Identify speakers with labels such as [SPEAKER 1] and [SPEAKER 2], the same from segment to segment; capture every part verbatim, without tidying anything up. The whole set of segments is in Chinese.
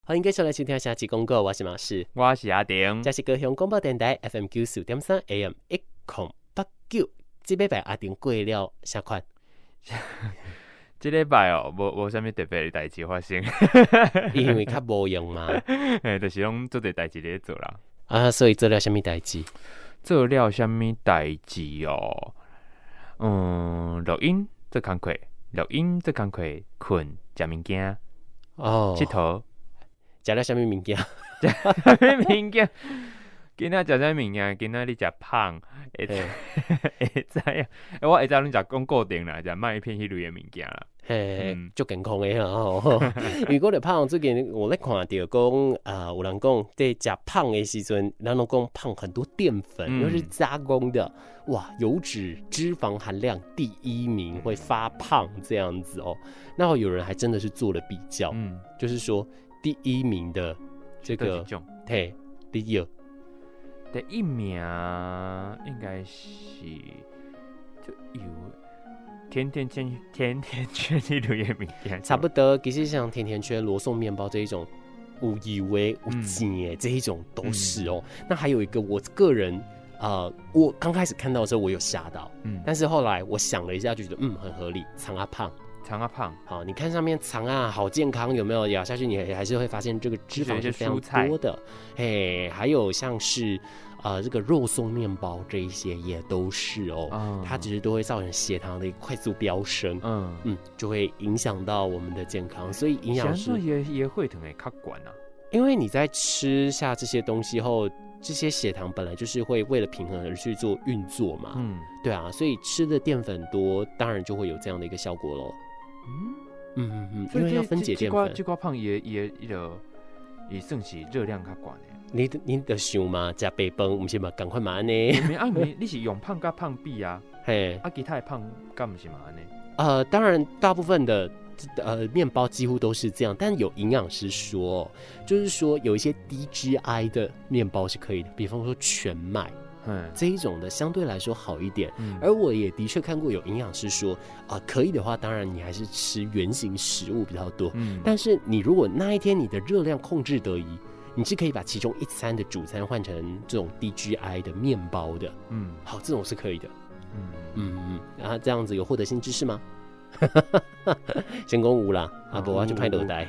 [SPEAKER 1] 欢迎继续来收听下期广告，我是马士，
[SPEAKER 2] 我是阿丁，
[SPEAKER 1] 这是高雄广播电台 F M 九四点三 A M 一零八九。这礼拜阿丁过了啥款？
[SPEAKER 2] 这礼拜哦，无无啥物特别的代志发生，
[SPEAKER 1] 因为较无用嘛，
[SPEAKER 2] 诶，就是拢做点代志咧做啦。
[SPEAKER 1] 啊，所以做了啥物代志？
[SPEAKER 2] 做了啥物代志哦？嗯，录音做工课，录音做工课，困食物件，
[SPEAKER 1] 哦，
[SPEAKER 2] 佚佗。
[SPEAKER 1] 食了啥物物件？
[SPEAKER 2] 食啥物物件？今仔食啥物件？今仔你食胖，会会知影？我会知恁食讲固定啦，食麦片迄类的物件啦。
[SPEAKER 1] 嘿，足、嗯、健康的吼。如果你胖，最近我咧看到讲，啊、呃，有人讲在食胖的时阵，人都讲胖很多淀粉，又、嗯、是加工的，哇，油脂脂肪含量第一名，会发胖这样子哦。那有人还真的是做了比较，嗯，就是说。第一名的这个，嘿，第一，
[SPEAKER 2] 第一名应该是就有甜甜圈、甜甜圈这类的物件，
[SPEAKER 1] 差不多。其实像甜甜圈、罗宋面包这一种，有油的、有甜的这一种都是哦。嗯、那还有一个，我个人呃，我刚开始看到的时候，我有吓到，嗯，但是后来我想了一下，就觉得嗯很合理，长啊胖。
[SPEAKER 2] 长啊胖，
[SPEAKER 1] 好，你看上面长啊，好健康，有没有？咬下去你还是会发现这个脂肪是非常多的。哎，还有像是呃这个肉松面包这一些也都是哦，嗯、它其实都会造成血糖的一个快速飙升，嗯嗯，就会影响到我们的健康。所以营养师
[SPEAKER 2] 也也会疼诶，较管啊，
[SPEAKER 1] 因为你在吃下这些东西后。这些血糖本来就是会为了平衡而去做运作嘛，嗯，对啊，所以吃的淀粉多，当然就会有这样的一个效果咯。嗯嗯嗯嗯，因为要分解淀粉。
[SPEAKER 2] 这块胖也也也也算是热量较高的。
[SPEAKER 1] 你你的想嘛，吃白饭不是嘛，赶快嘛安尼。
[SPEAKER 2] 啊，你你是用胖跟胖比啊？嘿，啊，其他的胖干不是嘛安尼？
[SPEAKER 1] 呃，当然，大部分的。呃，面包几乎都是这样，但有营养师说，就是说有一些低 G I 的面包是可以的，比方说全麦，嗯，这一种的相对来说好一点。嗯、而我也的确看过有营养师说，啊、呃，可以的话，当然你还是吃原型食物比较多。嗯，但是你如果那一天你的热量控制得宜，你是可以把其中一餐的主餐换成这种低 G I 的面包的。嗯，好，这种是可以的。嗯嗯嗯，然后这样子有获得新知识吗？先讲有啦，啊无我就歹落台，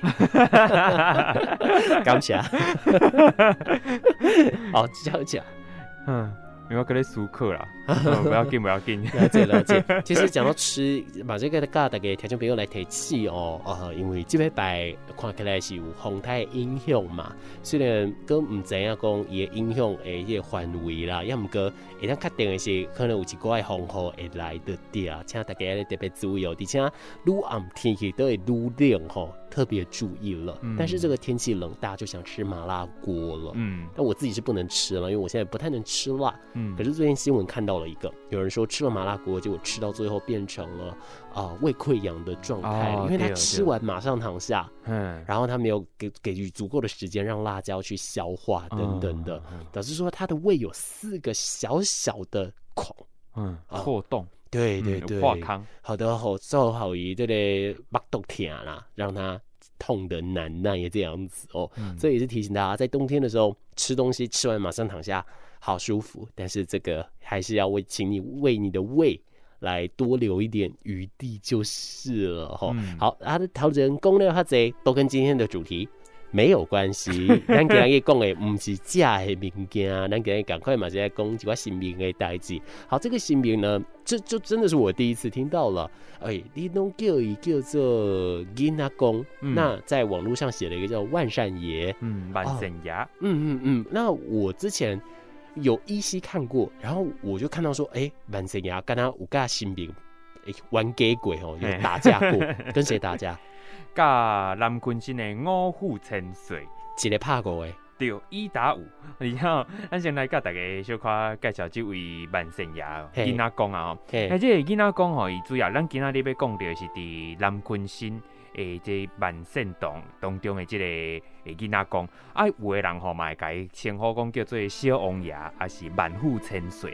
[SPEAKER 1] 感谢。好，叫讲，
[SPEAKER 2] 嗯，因为我跟你思考啦，不要紧，不要紧，
[SPEAKER 1] 了解了解。其实讲到吃，把这个教大家听众朋友来提起哦，呃，因为这礼拜看起来是有风台的影响嘛，虽然哥唔知影讲伊的影响诶，迄个范围啦，也毋过会当确定的是，可能有一寡风雨会来得掉，请大家特别注意哦，而且愈暗天气都会愈冷吼。特别注意了，嗯、但是这个天气冷，大家就想吃麻辣锅了。嗯，但我自己是不能吃了，因为我现在不太能吃辣。嗯，可是最近新闻看到了一个，有人说吃了麻辣锅，结果吃到最后变成了啊、呃、胃溃疡的状态、哦，因为他吃完马上躺下，嗯，然后他没有给给予足够的时间让辣椒去消化等等的，嗯、导致说他的胃有四个小小的孔，
[SPEAKER 2] 嗯，破洞。
[SPEAKER 1] 对对对，
[SPEAKER 2] 化康
[SPEAKER 1] 好的好做好于这个腹肚痛啦，让它痛的难耐这样子哦。嗯、所以也是提醒大家，在冬天的时候吃东西，吃完马上躺下，好舒服。但是这个还是要为，请你为你的胃来多留一点余地就是了哈。嗯、好，他的讨论攻略他这都跟今天的主题没有关系，咱今日讲的不是假的物件，咱今日赶快嘛就在讲一寡新名的代志。好，这个新名呢，这就真的是我第一次听到了。哎、欸，你拢叫伊叫做囡仔公，嗯、那在网络上写了一个叫万善爷，
[SPEAKER 2] 嗯，万善爷，哦、
[SPEAKER 1] 嗯嗯嗯。那我之前有依稀看过，然后我就看到说，哎、欸，万善爷跟他有甲新名，哎、欸，玩假过吼，有打架过，跟谁打架？
[SPEAKER 2] 甲南昆新的五虎千岁，
[SPEAKER 1] 一个拍过的，
[SPEAKER 2] 对，一打五。然后，咱先来甲大家小可介绍这位万善爷囡仔公啊。那这个囡仔公吼，伊主要咱今仔日要讲到是伫南昆新诶，这万善堂当中的这个囡仔公。啊，有的人吼嘛会甲伊称呼讲叫做小王爷，还是万虎千岁啊。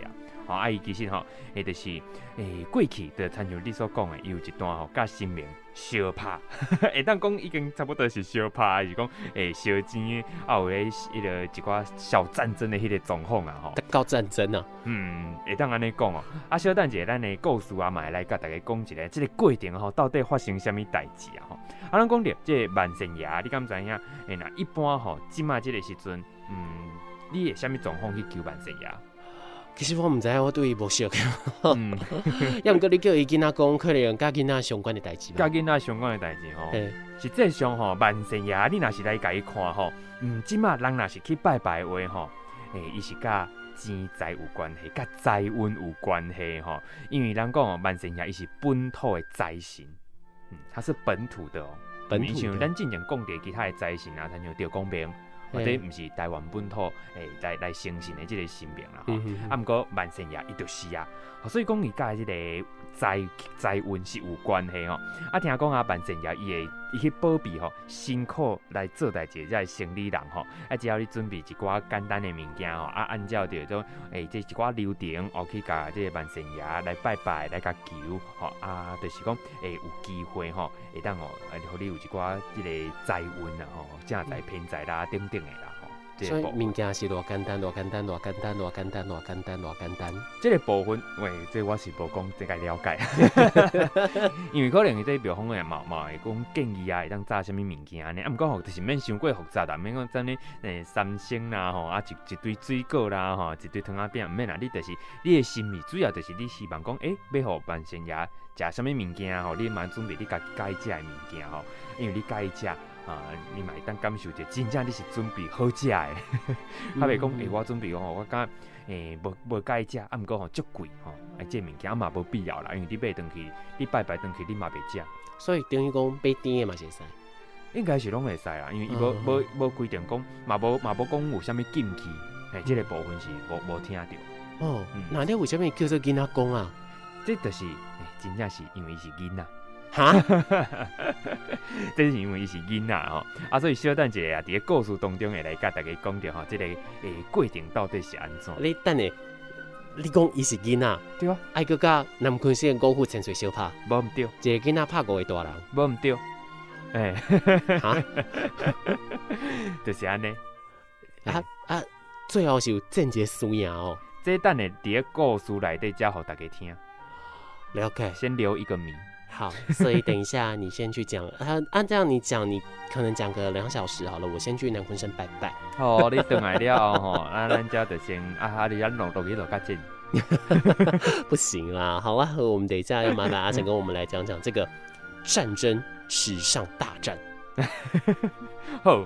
[SPEAKER 2] 吼，啊伊其实吼，诶，就是诶过去就亲像你所讲诶，伊有一段吼甲新民相拍，会当讲已经差不多是相拍，还是讲诶相争，啊有咧迄个一寡小战争的迄个状况啊吼。
[SPEAKER 1] 搞战争啊？
[SPEAKER 2] 嗯，会当安尼讲哦。啊，小等者咱的故事啊，嘛会来甲大家讲一下，即个过程吼到底发生啥物代志啊吼。啊，咱讲着即个万圣爷，你敢知影？诶，那一般吼，即马即个时阵，嗯，你会啥物状况去求万圣爷？
[SPEAKER 1] 其实我唔知，我对伊无熟。嗯，要毋过你叫伊囡仔讲，可能甲囡仔相关的代志吧。
[SPEAKER 2] 甲囡仔相关的代志吼，实际上吼，万圣爷你若是来甲伊看吼，嗯，即马人若是去拜拜的话吼，诶，伊是甲钱财有关系，甲财运有关系吼。因为人讲哦，万圣爷伊是本土的财神，嗯，他是本土的哦。本土的。像咱之前讲的其他的财神啊，像吊公兵。或者毋是台湾本土诶来来形成的即个神明啦，吼、嗯。啊，毋过万圣爷伊就是啊，所以讲伊甲即个财财运是有关系吼。啊，听讲啊，万圣爷伊会伊去保庇吼辛苦来做代志即个生理人吼。啊，只要你准备一寡简单的物件吼，啊，按照着种诶即一寡流程，哦去甲即个万圣爷来拜拜来甲求吼。啊，就是讲诶有机会吼，会当吼，啊，互你有一寡即个财运啊吼，正财偏财啦，等等。
[SPEAKER 1] 所以物件是偌简单，偌简单，偌简单，偌简单，偌简单，偌简单。
[SPEAKER 2] 这个部分，喂，这我是无讲这个了解，因为可能这庙方的嘛嘛会讲建议啊，会当炸什么物件呢？啊，毋过吼，就是免伤过复杂啦，免讲真哩诶三星啦吼，啊一一堆水果啦吼，一堆汤仔饼，毋免啦，你就是你的心意，主要就是你希望讲，诶、欸，要互万圣爷食什么物件吼，你嘛准备你家己介食的物件吼，因为你介食。啊，你嘛会当感受着，真正你是准备好食的，较袂讲诶，我准备吼，我敢诶无无介食，啊，毋过吼足贵吼，啊，这物件嘛无必要啦，因为你买回去，你拜拜回去，你嘛袂食。
[SPEAKER 1] 所以等于讲买甜的嘛是会使，
[SPEAKER 2] 应该是拢会使啦，因为伊无无无规定讲，嘛无嘛无讲有啥物禁忌，诶，这个部分是无无听到。
[SPEAKER 1] 哦，那你为什么叫做囡仔公啊？
[SPEAKER 2] 这就是，真正是因为伊是囡仔。
[SPEAKER 1] 哈，
[SPEAKER 2] 这是因为伊是囡仔吼，啊，所以小等者啊，伫个故事当中会来甲大家讲着吼，即、這個诶过程到底是安怎？
[SPEAKER 1] 你等下，你讲伊是囡仔，
[SPEAKER 2] 对啊，
[SPEAKER 1] 爱佮甲南昆县高虎潜水相拍，
[SPEAKER 2] 无毋对，
[SPEAKER 1] 一个囡仔拍五个大人，
[SPEAKER 2] 无毋对，诶、欸，
[SPEAKER 1] 哈，
[SPEAKER 2] 就是安尼，
[SPEAKER 1] 啊啊，最後是有正一個輸贏哦，
[SPEAKER 2] 這等下伫個故事內底才互大家聽，
[SPEAKER 1] 了解，
[SPEAKER 2] 先留一個謎。
[SPEAKER 1] 好，所以等一下你先去讲，啊，按这样你讲，你可能讲个两小时好了，我先去南昆山拜拜。
[SPEAKER 2] 哦，你回来了吼，啊，咱家就先啊，啊，你咱落落去落较近。
[SPEAKER 1] 不行啦，好啊，我们等一下要麻烦阿成跟我们来讲讲这个战争史上大战。
[SPEAKER 2] 好，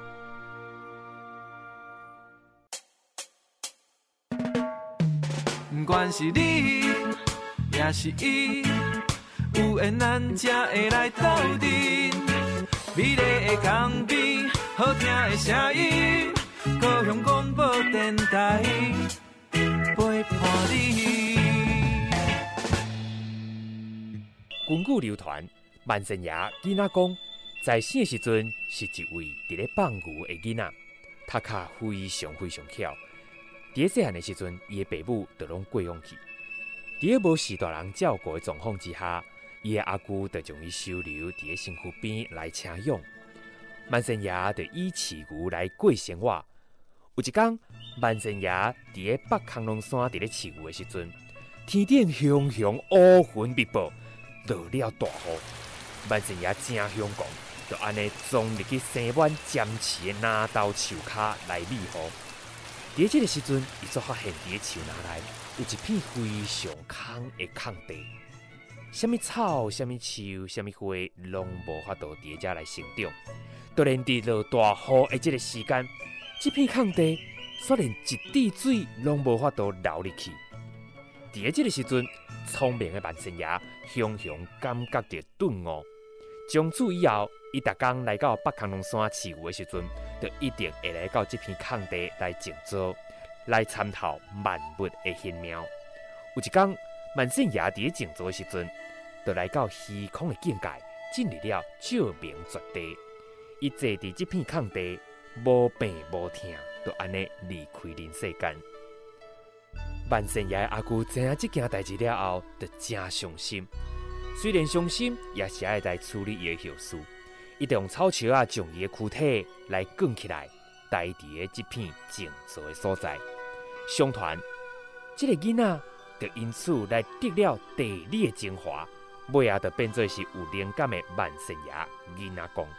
[SPEAKER 3] 不管是你也是伊。有缘咱才会来斗阵，美丽的港边，好听的声音，高雄广播电台陪伴你。
[SPEAKER 2] 根据流传，万圣爷囡仔公在生的时阵是一位伫咧放牛的囡仔，他脚非常非常巧。伫咧细汉的时阵，伊的爸母就拢过往去，伫咧无是大人照顾的状况之下。伊的阿姑就将伊收留伫个身躯边来请养，万圣爷就以饲牛来过生活。有一天，万圣爷伫个北康龙山伫咧饲牛的时阵，天顶熊熊乌云密布，落了大雨。万圣爷真凶狂，就安尼撞入去生满尖刺的拿豆树骹来避雨。伫这个时阵，伊则发现伫个树林内有一片非常空的空地。什么草、什么树、什么花，拢无法度伫遮来成长。突然伫落大雨的这个时间，这片空地却连一滴水拢无法度流入去。伫这个时阵，聪明的万圣爷熊熊感觉到顿悟。从此以后，伊逐工来到北康龙山饲牛的时阵，就一定会来到这片空地来静坐，来参透万物的玄妙。有一天，万圣爷伫静坐的时阵，就来到虚空的境界，进入了照明绝地。伊坐伫这片空地，无病无痛，就安尼离开人世间。 万圣爷阿舅知影这件代志了后，就真伤心。虽然伤心，也是爱来处理伊的后事。伊就用草树啊，将伊的躯体来卷起来，待伫的这片静坐的所在。相传，这个囡仔就因此来得了地理的精华，尾啊就变做是有灵感的万圣爷囡仔公。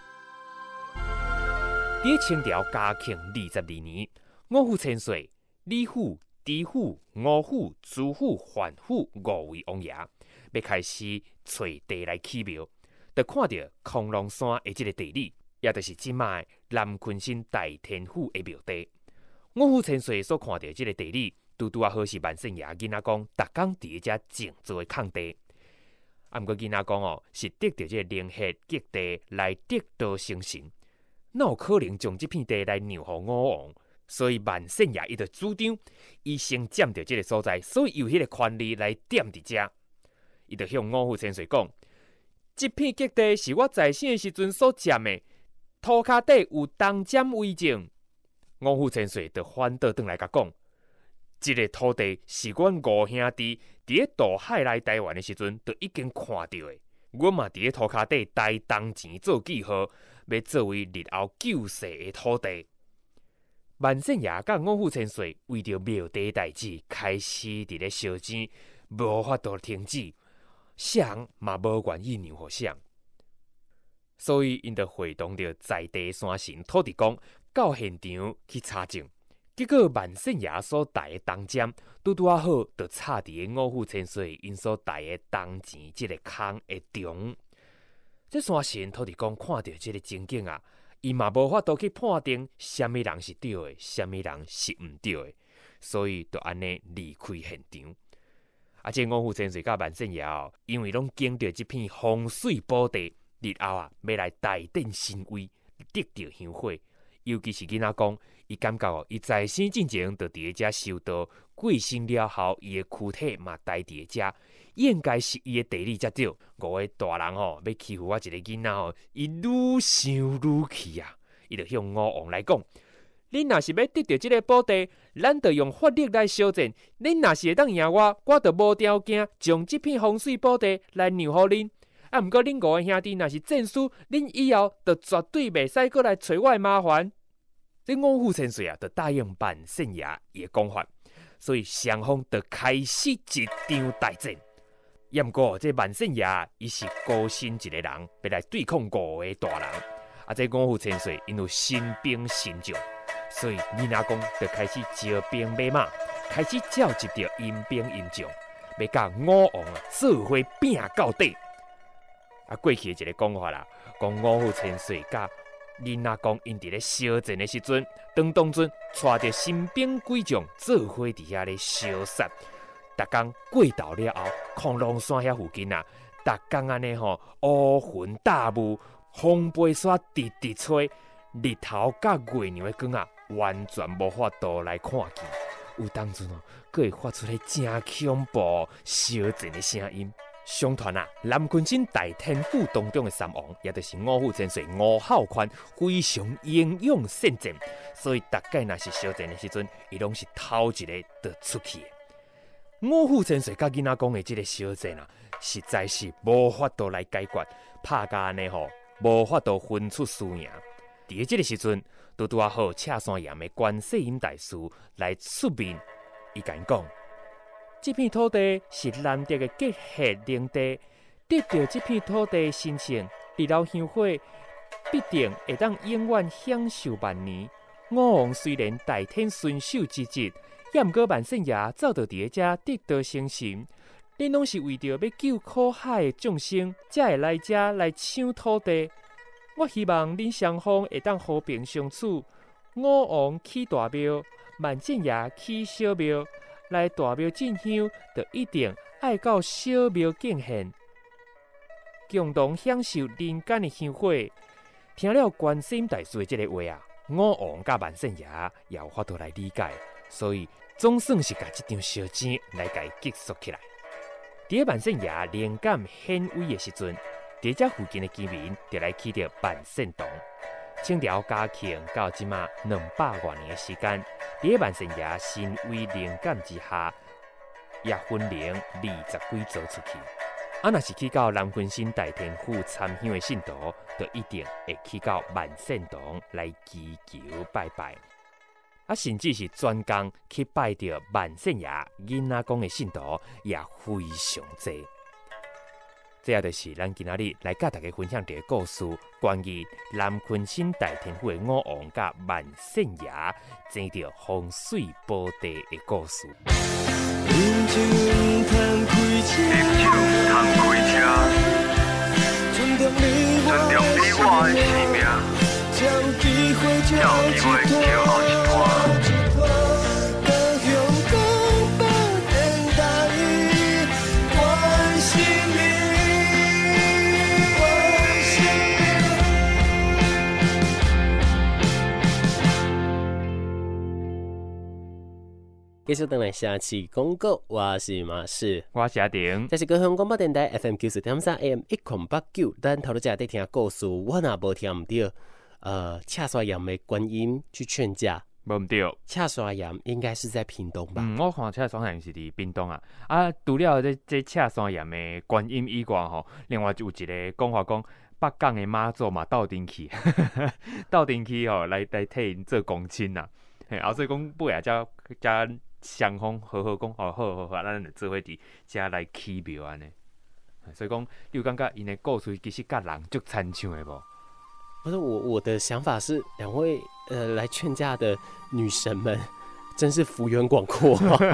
[SPEAKER 2] 伫清朝嘉庆二十二年，五府千岁、李府、知府、吴府、朱府、范府五位王爷要开始找地来起庙，就看到空龙山的这个地理，也就是即卖南昆新大天府的庙地。五府千岁所看到这个地理，拄拄啊好是万圣爷囡仔公逐工伫遮静坐的空地。啊，毋过囡仔公哦，是得到这个灵血极地来得道成神，哪有可能将这片地来让予五王？所以万圣爷伊就主张，伊先占到这个所在，所以有迄个权利来踮伫遮。伊就向五府千岁讲：，这片极地是我在生的时阵所占的，涂骹底有东占为证。五府千岁就反倒转来甲讲：，这个土地是阮五兄弟伫咧渡海来台湾的时阵，就已经看到的。阮嘛伫咧涂骹底台东钱做记号，要作为日后救世的土地。万圣爷甲五府千岁为着庙地代志，开始伫咧烧钱，无法度停止，谁嘛无愿意让互谁。所以因就会动着在地山神土地公到现场去查证。结果万圣爷所带的东占，拄拄啊好，就插伫个五府千岁因所带的东钱即个坑的中。这山神土地公看到这个情景啊，伊嘛无法度去判定什么人是对的，什么人是毋对的，所以就安尼离开现场。啊，这五府千岁甲万圣爷哦，因为拢经着这片风水宝地，日后啊要来大展神威，得到香火。尤其是囡仔公，伊感觉哦，伊在生之前就伫咧遮修道，过身了后，伊的躯体嘛待伫咧遮，应该是伊的地理才对。五个大人吼、哦，要欺负我一个囡仔吼，伊愈想愈气啊！伊就向五王来讲：，恁若是要得到这个宝地，咱就用法力来修正；恁若是会当赢我，我就无条件将这片风水宝地来让予恁。啊，毋过恁五个兄弟若是战输，恁以后就绝对袂使过来找我的麻烦。这五府千岁啊，就答应万圣爷伊的讲法，所以双方就开始一场大战。也毋过，这万圣爷伊是孤身一个人，要来对抗五个大人。啊，这五府千岁因有新兵新将，所以囡仔公就开始招兵买马，开始召集着阴兵阴将，要甲五王啊做伙拼到底。啊，过去的一个讲法啦，讲五府千岁甲囡仔公因伫咧烧战的时阵，当当阵带着新兵贵将做伙伫遐咧烧杀，逐工过到了后，空龙山遐附近啊，逐工安尼吼乌云大雾，风飞沙直直吹，日头甲月亮的光啊，完全无法度来看见。有当阵哦，佫会发出咧真恐怖烧战的声音。相传啊，南昆新大天府当中的三王，也就是五府千岁吴孝宽，非常英勇善战，所以大概若是烧战的时阵，伊拢是头一个就出去的。五府千岁甲囡仔讲的这个烧战啊，实在是无法度来解决，拍甲安尼吼，无法度分出输赢。伫这个时阵，拄拄啊好，赤山岩的观世音大师来出面，伊甲因讲。这片土地是难得的结血灵地，得到这片土地神圣，日后香火必定会当永远享受万年。五王虽然大天顺手之职，也毋过万圣爷早就伫遮得道成神。恁拢是为着要救苦海的众生，才会来遮来抢土地。我希望恁双方会当和平相处。五王起大庙，万圣爷起小庙。来大庙进香，就一定爱到小庙敬献，共同享受人间的香火。听了观世音大师的这个话啊，五王甲万圣爷也有法度来理解，所以总算是甲这场烧钱来甲伊结束起来。伫万圣爷灵感显微的时阵，伫这附近的居民就来起着万圣堂。清朝嘉庆到即马两百多年的时间，伫万圣爷神威灵感之下， 也分零二十几组出去。啊，若是去到南昆新大天府参香的信徒，就一定会去到万善堂来祈求拜拜。啊，甚至是专工去拜到万善爷囡仔公的信徒也非常多。这也就是咱今仔日来甲大家分享一个故事，关于南昆新大天府的五王甲万善爷争着风水宝地的故事。
[SPEAKER 3] 饮酒唔通开车，饮酒唔通开车，尊重你我的生命，有机会就好一段。
[SPEAKER 1] 继续等来下期广告，我是马士，
[SPEAKER 2] 我是阿丁，
[SPEAKER 1] 这是高雄广播电台 F M 九十点三 A M 一零八九。咱头拄则在听故事，我若无听唔到，呃，恰刷盐的观音去劝架，
[SPEAKER 2] 无唔对。
[SPEAKER 1] 恰刷盐应该是在屏东吧？
[SPEAKER 2] 嗯，我看恰刷盐是伫屏东啊。啊，除了这这恰刷盐的观音以外吼，另外有一个讲法讲，北港的妈祖嘛斗阵去，斗阵去吼来来替因做公亲呐。嘿，啊，所以讲尾啊，才才。双方好好讲，哦，好好好，咱就做伙伫遮来起庙安尼。所以讲，你有感觉因的故事其实甲人足亲像的无？
[SPEAKER 1] 不是我，我的想法是，两位呃来劝架的女神们，真是幅员广阔。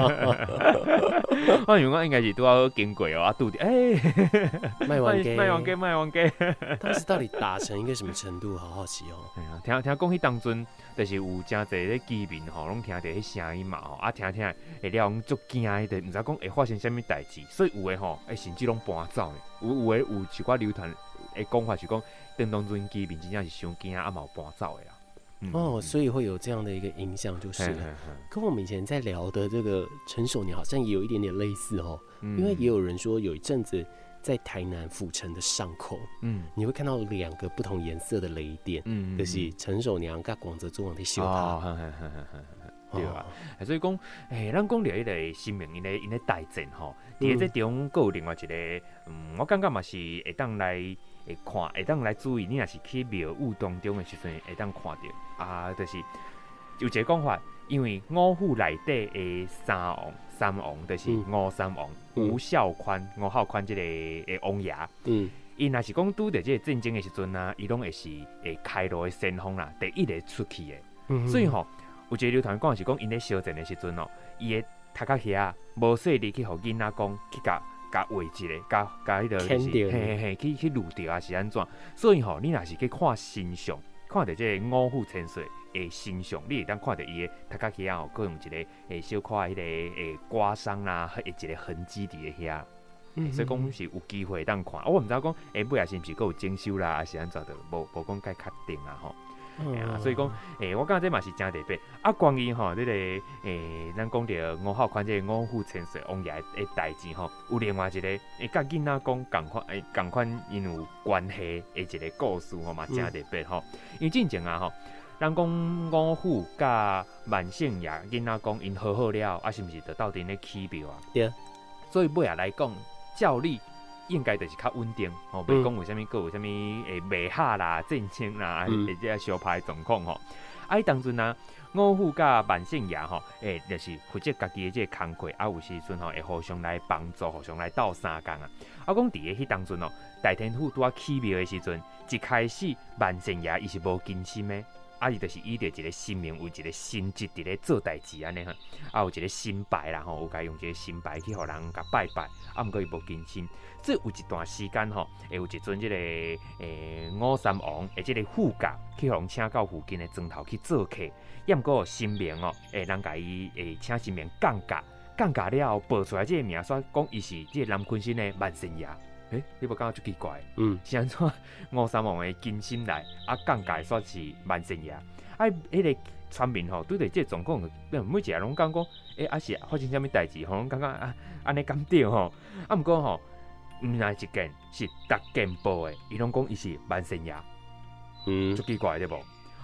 [SPEAKER 2] 我想讲应该是拄好经过哦，啊，拄着哎，
[SPEAKER 1] 卖完鸡，
[SPEAKER 2] 卖完鸡，卖完鸡。
[SPEAKER 1] 当时到底打成一个什么程度？好好奇哦。
[SPEAKER 2] 哎呀，听听讲迄当阵。就是有真侪咧居民吼，拢听到迄声音嘛吼，啊听听会了讲足惊的，毋知讲会发生啥物代志，所以有诶吼，会甚至拢搬走诶。有有诶有一寡流传诶讲法是讲，当当阵居民真正是伤惊，啊嘛有搬走诶啦。
[SPEAKER 1] 嗯、哦，所以会有这样的一个影响，就是了。跟我们以前在聊的这个陈守年好像也有一点点类似哦，嗯、因为也有人说有一阵子。在台南府城的上空，嗯，你会看到两个不同颜色的雷电，嗯，就是陈守娘跟广泽尊王在修它，
[SPEAKER 2] 对啊，所以讲，诶，咱讲到迄个新明因的因的大战吼，伫这中还有另外一个，嗯，我感觉嘛是会当来会看，会当来注意，你若是去庙宇当中的时阵，会当看到啊，就是有一个讲法。因为五府内底的三王，三王就是吴三王，嗯、吴孝宽、吴孝宽这个诶王爷，嗯，伊若是讲拄着这个战争的时阵啊，伊拢会是会开路的先锋啦，第一个出去的。嗯、所以吼，有一个流传讲是讲，因咧烧战的时阵哦，伊会头壳遐无细力去互囡仔讲去甲甲画一个，甲甲迄个就是嘿嘿嘿去去录掉啊是安怎？所以吼，你若是去看新相，看到这个五府千岁。诶，形象你会当看到伊诶头壳遐吼，佮用一个诶小可迄个诶刮伤啦，诶一个痕迹伫诶遐，嗯、所以讲是有机会当看。我毋知讲下尾也是毋是佮有整修啦，还是安怎的，无无讲介确定啊吼。嗯、啊，所以讲诶，我感觉这嘛是真特别。啊，关于吼这个诶，咱讲着五孝宽这个五府千岁王爷诶代志吼，有另外一个诶，甲囡仔讲共款诶，共款因有关系诶一个故事吼嘛，真特别吼。嗯、因为进前啊吼。咱讲五府甲万圣爷囡仔讲因和好了，啊是毋是就斗阵咧起庙啊？
[SPEAKER 1] 对。
[SPEAKER 2] 所以尾仔来讲，照理应该就是较稳定，吼、哦，袂讲有啥物，佮有啥物诶袂下啦、战争啦，或者相拍状况吼。啊，伊当阵啊，五府甲万圣爷吼，诶，就是负责家己诶即个工课，啊有时阵吼会互相来帮助，互相来斗相共啊。啊，讲伫诶迄当阵哦，大天府拄啊起庙诶时阵，一开始万圣爷伊是无金心诶。啊，伊就是以着一个新名为一个新职伫咧做代志安尼哈，啊有一个新牌啦吼，有甲用一个新牌去互人甲拜拜，啊毋过伊无更新。这有一段时间吼，会有一阵即、這個诶、欸、五三王诶即个副驾去互人请到附近诶庄头去做客，也毋过新名哦，诶人甲伊诶请新名降价，降价了后报出来即个名，煞讲伊是即个南昆新诶万圣爷。诶、欸，你无感觉足奇怪？嗯，是安怎？五三王的金心来，啊，降价煞是万圣爷。啊，迄个村民吼，对着即个状况，每一个拢讲讲，诶、欸，啊是发生啥物代志？吼，拢感觉啊，安尼敢对吼？啊，毋过吼，毋是一件是逐件报的，伊拢讲伊是万圣爷。嗯，足奇怪对无？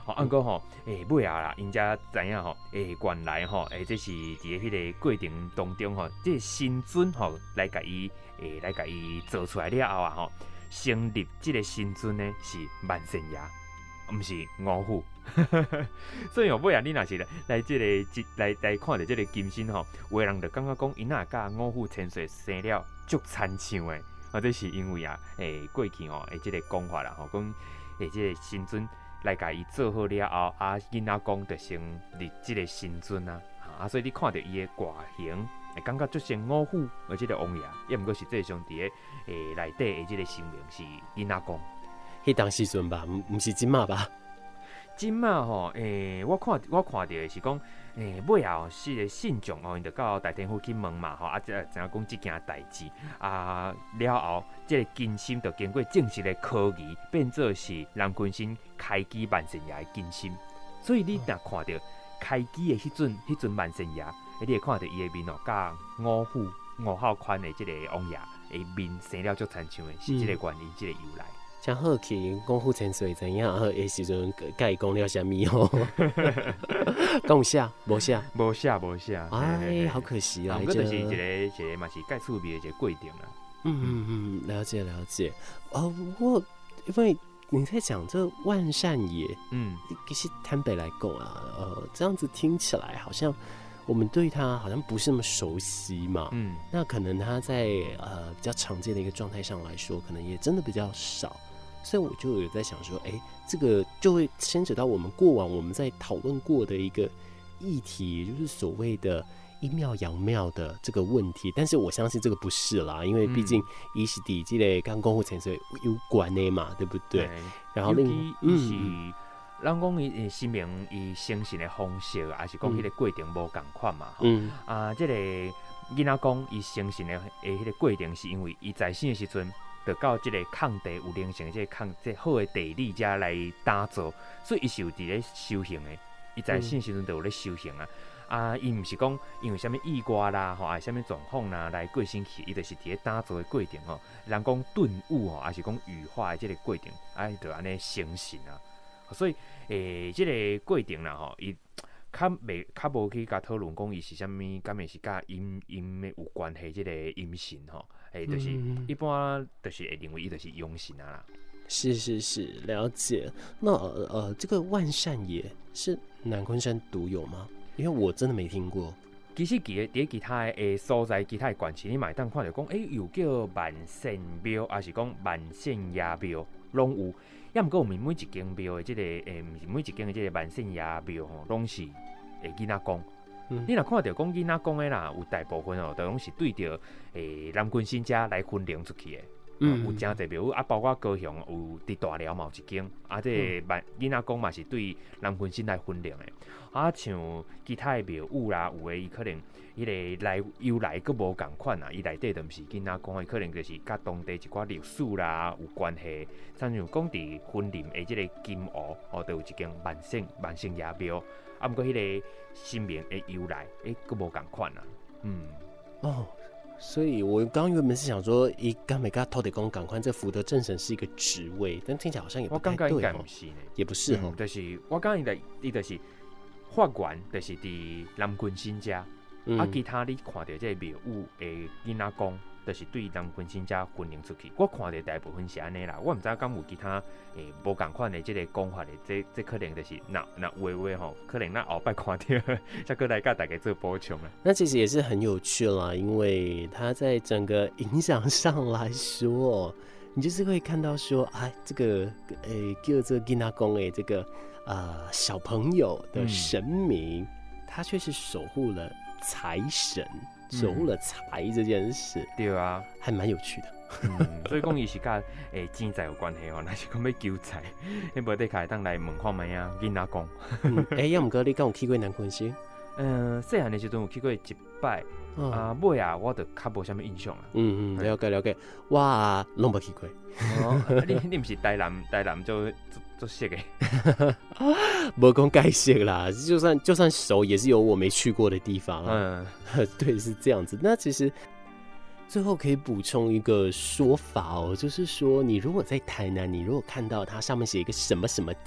[SPEAKER 2] 吼，按过吼，诶，尾啊啦，因家知影吼，诶，原来吼，诶，这是伫迄个过程当中吼，这个神尊吼来甲伊，诶，来甲伊做出来了后啊吼，成立这个神尊呢是万圣爷，毋是五虎。所以吼，尾啊，你若是来这个来来看到这个金身吼，有的人就感觉讲，因若甲五虎千岁生了足亲像诶，或者是因为啊，诶，过去吼，诶，这个讲法啦吼，讲诶，这个神尊。来甲伊做好了后，啊，囡仔公就成立即个神尊啊，啊，所以你看到伊的外形，会感觉足像五虎，而即个王爷，也毋过实际上伫个诶内底的即个姓名是囡仔公。
[SPEAKER 1] 迄当时阵吧，毋毋是即马吧？
[SPEAKER 2] 即马吼，诶，我看我看到的是讲，诶，尾后是个信众哦，因着到大天府去问嘛，吼，啊，即知影讲即件代志啊，了后，即个金身就经过正式的科仪，变做是南昆生开基万圣爷的金身。所以你若看到开基的迄阵迄阵万圣爷，你会看到伊的面哦，甲五虎五号款的即个王爷的面生了足亲像的，是即个原因，即、嗯、个由来。
[SPEAKER 1] 真好奇，五虎千岁怎样？诶时阵，甲伊讲了啥物吼？讲写无写，
[SPEAKER 2] 无写无写。
[SPEAKER 1] 哎，好可惜啊！
[SPEAKER 2] 这就是一个一个嘛是介趣味的一个过程啦。
[SPEAKER 1] 嗯嗯嗯，了解了解。哦，不过因为你在讲这万善爷，嗯，其实坦白来讲啊，呃，这样子听起来好像我们对他好像不是那么熟悉嘛。嗯，那可能他在呃比较常见的一个状态上来说，可能也真的比较少。所以我就有在想说，哎、欸，这个就会牵扯到我们过往我们在讨论过的一个议题，就是所谓的阴庙阳庙的这个问题。但是我相信这个不是啦，因为毕竟伊是伫这个跟公户千岁有关的嘛，对不对？嗯、然后另
[SPEAKER 2] 嗯，人讲伊新明伊生神的方式，还是讲迄个过程无共款嘛？嗯啊，这个囡仔讲伊生神的诶，迄个过程是因为伊在生的时阵。就到即个抗地有灵性，即个抗即好的地理遮来打造，所以伊是有伫咧修行的。伊在生时阵就有咧修行啊。嗯、啊，伊毋是讲因为啥物意外啦，吼，啊啥物状况啦来过身去，伊就是伫咧打造的过程吼。人讲顿悟吼，还是讲羽化的即个过程，啊，就安尼成神啊。所以诶，即、欸这个过程啦吼，伊较袂较无去甲讨论讲伊是啥物，敢会是甲阴阴的有关系，即个阴神吼。诶、欸，就是一般就是会认为伊就是阳神啊啦。
[SPEAKER 1] 是是是，了解。那呃，这个万善爷是南昆山独有吗？因为我真的没听过。
[SPEAKER 2] 其实伫伫其他诶所在，其他诶县市，你嘛会当看到讲，诶、欸，有叫万圣庙，还是讲万圣爷庙，拢有。也毋过，毋是每一间庙诶，即、这个诶，毋、欸、是每一间诶，即个万圣爷庙吼，拢是会囡仔讲。嗯、你若看到讲囡仔讲诶啦，有大部分哦，都拢是对着诶南昆生遮来分灵出去诶。嗯，有真侪庙啊，包括高雄有伫大寮嘛有一间，啊，这万囡仔讲嘛是对南昆生来分灵诶。啊，像其他诶庙宇啦，有诶伊可能迄个来由来佫无共款啊，伊内底就毋是囡仔讲诶，可能就是甲当地一寡历史啦有关系。像像讲伫婚林诶，即个金湖哦，都有一间万圣万圣爷庙。啊，毋过迄个新名诶由来，诶，佫无共款啊。嗯，
[SPEAKER 1] 哦，所以我刚刚原本是想说，伊刚没跟他偷得讲，赶快这福德正神是一个职位，但听起来好像也不太对哦。我感觉应该不是呢，也不是哦、嗯，
[SPEAKER 2] 就是我感觉伊就是法源，就是伫南昆生遮、嗯，啊，其他你看到这庙宇诶囡仔讲。就是对南昆生遮分灵出去，我看到大部分是安尼啦，我毋知敢有其他诶无共款的即个讲法的，这这可能就是那那微微吼，可能咱后摆看到，再过来甲大家做补充啊。
[SPEAKER 1] 那其实也是很有趣啦，因为它在整个影响上来说，你就是会看到说，哎，这个诶叫做囡仔公诶这个啊、呃、小朋友的神明，嗯、他却是守护了财神。守护了财这件事、嗯，
[SPEAKER 2] 对啊，
[SPEAKER 1] 还蛮有趣的。
[SPEAKER 2] 嗯、所以讲伊是甲诶钱财有关系哦，若是讲要求财，你无得开当来问看卖啊，囡仔讲。
[SPEAKER 1] 哎、欸，要毋过你敢有去过南昆生？
[SPEAKER 2] 嗯，细汉的时阵有去过一摆，嗯、啊，尾啊，我就较无啥物印象啊。
[SPEAKER 1] 嗯嗯，了解了解，我拢无去过。
[SPEAKER 2] 哦，你你毋是台南台南就做熟的，
[SPEAKER 1] 无讲介熟啦，就算就算熟，也是有我没去过的地方啊。嗯，对，是这样子。那其实最后可以补充一个说法哦，就是说，你如果在台南，你如果看到它上面写一个什么什么境，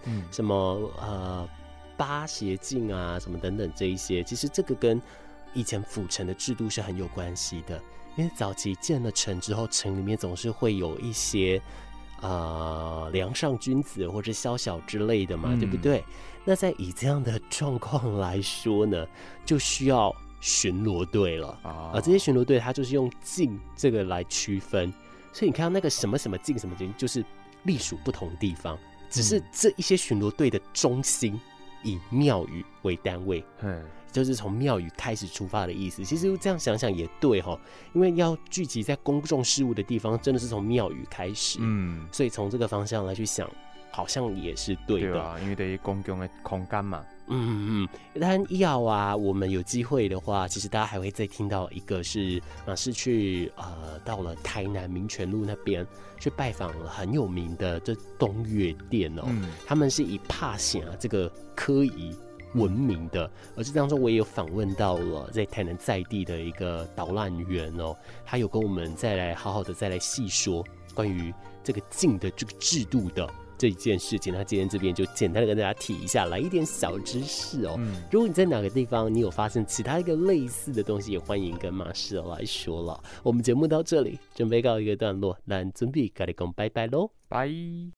[SPEAKER 1] 嗯，什么呃八斜镜啊，什么等等这一些，其实这个跟以前府城的制度是很有关系的。因为早期建了城之后，城里面总是会有一些呃梁上君子或者宵小之类的嘛，嗯、对不对？那在以这样的状况来说呢，就需要巡逻队了啊、呃。这些巡逻队它就是用境这个来区分，所以你看到那个什么什么境什么境，就是隶属不同地方，只是这一些巡逻队的中心以庙宇为单位。嗯。就是从庙宇开始出发的意思。其实这样想想也对齁，因为要聚集在公众事务的地方，真的是从庙宇开始。嗯，所以从这个方向来去想，好像也是对的。
[SPEAKER 2] 对啊，因为在公共的空间嘛。
[SPEAKER 1] 嗯嗯，但要啊，我们有机会的话，其实大家还会再听到一个是啊，是去呃到了台南民权路那边去拜访了很有名的这东岳殿哦、喔嗯，他们是以帕霞这个科仪闻名的，而这当中我也有访问到了在台南在地的一个导览员哦，他有跟我们再来好好的再来细说关于这个境的这个制度的这一件事情。那今天这边就简单的跟大家提一下，来一点小知识哦。嗯、如果你在哪个地方你有发现其他一个类似的东西，也欢迎跟马士来说了。我们节目到这里准备告一个段落，那准备跟你讲拜拜喽，
[SPEAKER 2] 拜。